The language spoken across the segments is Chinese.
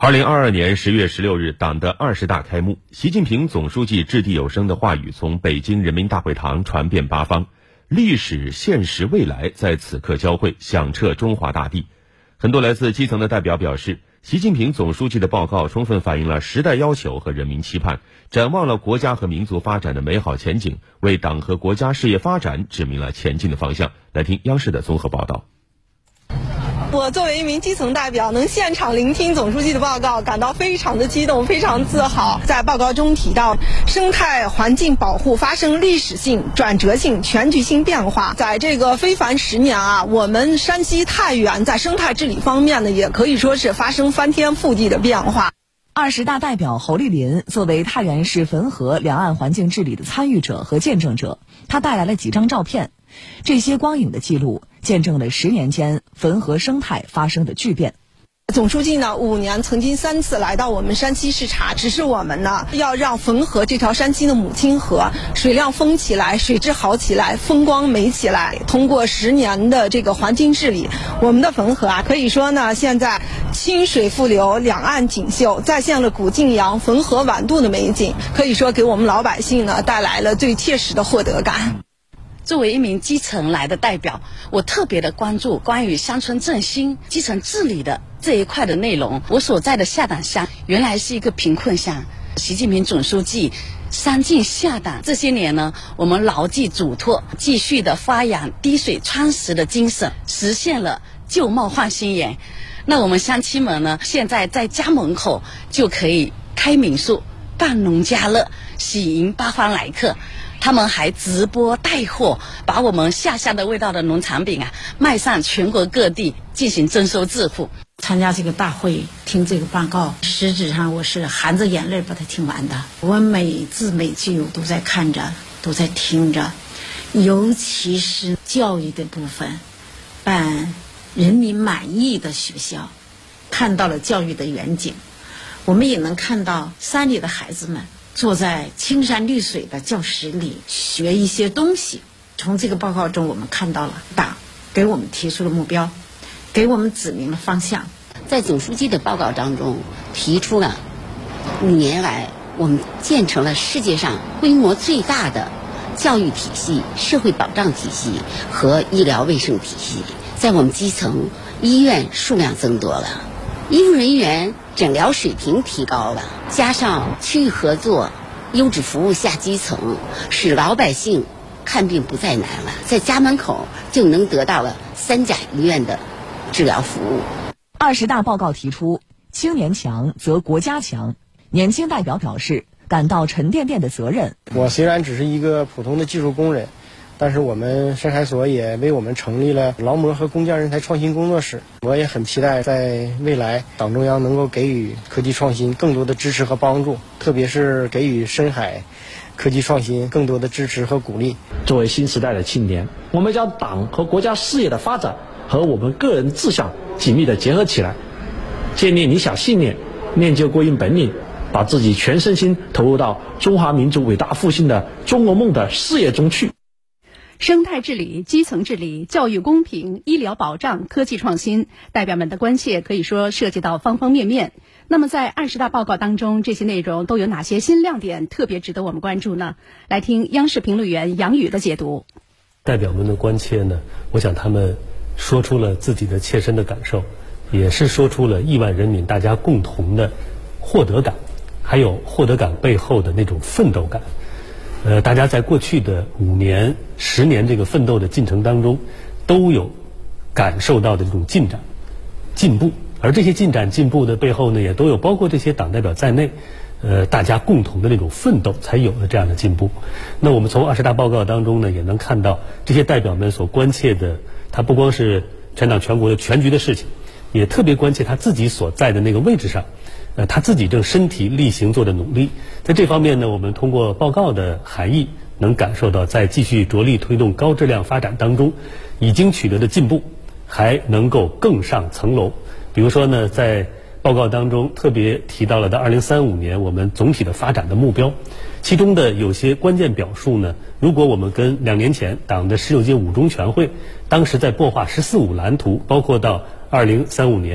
2022年10月16日，党的20大开幕，习近平总书记掷地有声的话语从北京人民大会堂传遍八方，历史、现实、未来在此刻交汇，响彻中华大地。很多来自基层的代表表示，习近平总书记的报告充分反映了时代要求和人民期盼，展望了国家和民族发展的美好前景，为党和国家事业发展指明了前进的方向。来听央视的综合报道。 我作为一名基层代表，能现场聆听总书记的报告，感到非常的激动，非常自豪。在报告中提到，生态环境保护发生历史性、转折性、全局性变化。在这个非凡10年我们山西太原在生态治理方面呢，也可以说是发生翻天覆地的变化。 20大代表侯丽林作为太原市汾河两岸环境治理的参与者和见证者，他带来了几张照片。这些光影的记录见证了10年间汾河生态发生的巨变。 总书记呢5年曾经3次来到我们山西视察，指示我们呢要让汾河这条山西的母亲河水量丰起来，水质好起来，风光美起来。通过10年的这个环境治理，我们的汾河可以说呢现在清水复流，两岸锦绣，再现了古晋阳、汾河晚渡的美景，可以说给我们老百姓呢带来了最切实的获得感。 作为一名基层来的代表，我特别的关注关于乡村振兴、基层治理的这一块的内容。我所在的下党乡原来是一个贫困乡，习近平总书记上进下党这些年呢，我们牢记嘱托，继续的发扬滴水穿石的精神，实现了旧貌换新颜。那我们乡亲们呢，现在在家门口就可以开民宿、办农家乐，喜迎八方来客。他们还直播带货，把我们下的味道的农产品卖上全国各地，进行增收致富。 参加这个大会，听这个报告，实质上我是含着眼泪把它听完的。我每字每句我都在看着，都在听着，尤其是教育的部分，办人民满意的学校，看到了教育的远景。我们也能看到山里的孩子们坐在青山绿水的教室里学一些东西。从这个报告中我们看到了党给我们提出了目标，给我们指明了方向。 在总书记的报告当中提出了5年来我们建成了世界上规模最大的教育体系、社会保障体系和医疗卫生体系。在我们基层，医院数量增多了，医务人员诊疗水平提高了，加上区域合作、优质服务下基层，使老百姓看病不再难了，在家门口就能得到了3甲医院的治疗服务。 20大报告提出，青年强则国家强。年轻代表表示，感到沉甸甸的责任。 我虽然只是一个普通的技术工人，但是我们深海所也为我们成立了劳模和工匠人才创新工作室。我也很期待在未来党中央能够给予科技创新更多的支持和帮助，特别是给予深海科技创新更多的支持和鼓励。 作为新时代的青年，我们将党和国家事业的发展和我们个人志向紧密地结合起来，建立理想信念，练就过硬本领，把自己全身心投入到中华民族伟大复兴的中国梦的事业中去。 生态治理、基层治理、教育公平、医疗保障、科技创新，代表们的关切可以说涉及到方方面面。那么在20大报告当中，这些内容都有哪些新亮点特别值得我们关注呢？来听央视评论员杨宇的解读。 代表们的关切呢，我想他们说出了自己的切身的感受，也是说出了亿万人民大家共同的获得感，还有获得感背后的那种奋斗感。大家在过去的5年、10年这个奋斗的进程当中，都有感受到的这种进展、进步，而这些进展、进步的背后呢，也都有包括这些党代表在内，大家共同的那种奋斗，才有了这样的进步。那我们从20大报告当中呢，也能看到这些代表们所关切的，他不光是全党全国的全局的事情，也特别关切他自己所在的那个位置上。他自己正身体力行做的努力，在这方面呢，我们通过报告的含义，能感受到在继续着力推动高质量发展当中，已经取得的进步，还能够更上层楼。比如说呢，在报告当中特别提到了到2035年我们总体的发展的目标，其中的有些关键表述呢，如果我们跟2年前党的16届5中全会当时在擘画“十四五”蓝图，包括到2035年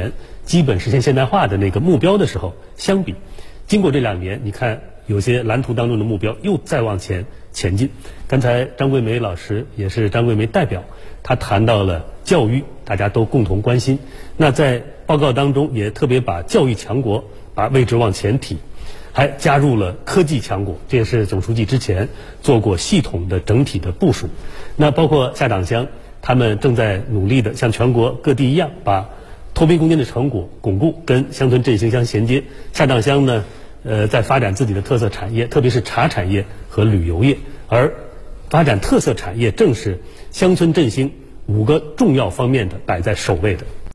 基本实现现代化的那个目标的时候相比，经过这2年，你看有些蓝图当中的目标又再往前进。刚才张桂梅老师也是张桂梅代表，她谈到了教育，大家都共同关心。那在报告当中也特别把教育强国把位置往前提，还加入了科技强国，这也是总书记之前做过系统的整体的部署。那包括下党乡，他们正在努力的像全国各地一样，把脱贫攻坚的成果巩固，跟乡村振兴相衔接。下党乡呢，在发展自己的特色产业，特别是茶产业和旅游业，而发展特色产业正是乡村振兴5个重要方面的摆在首位的。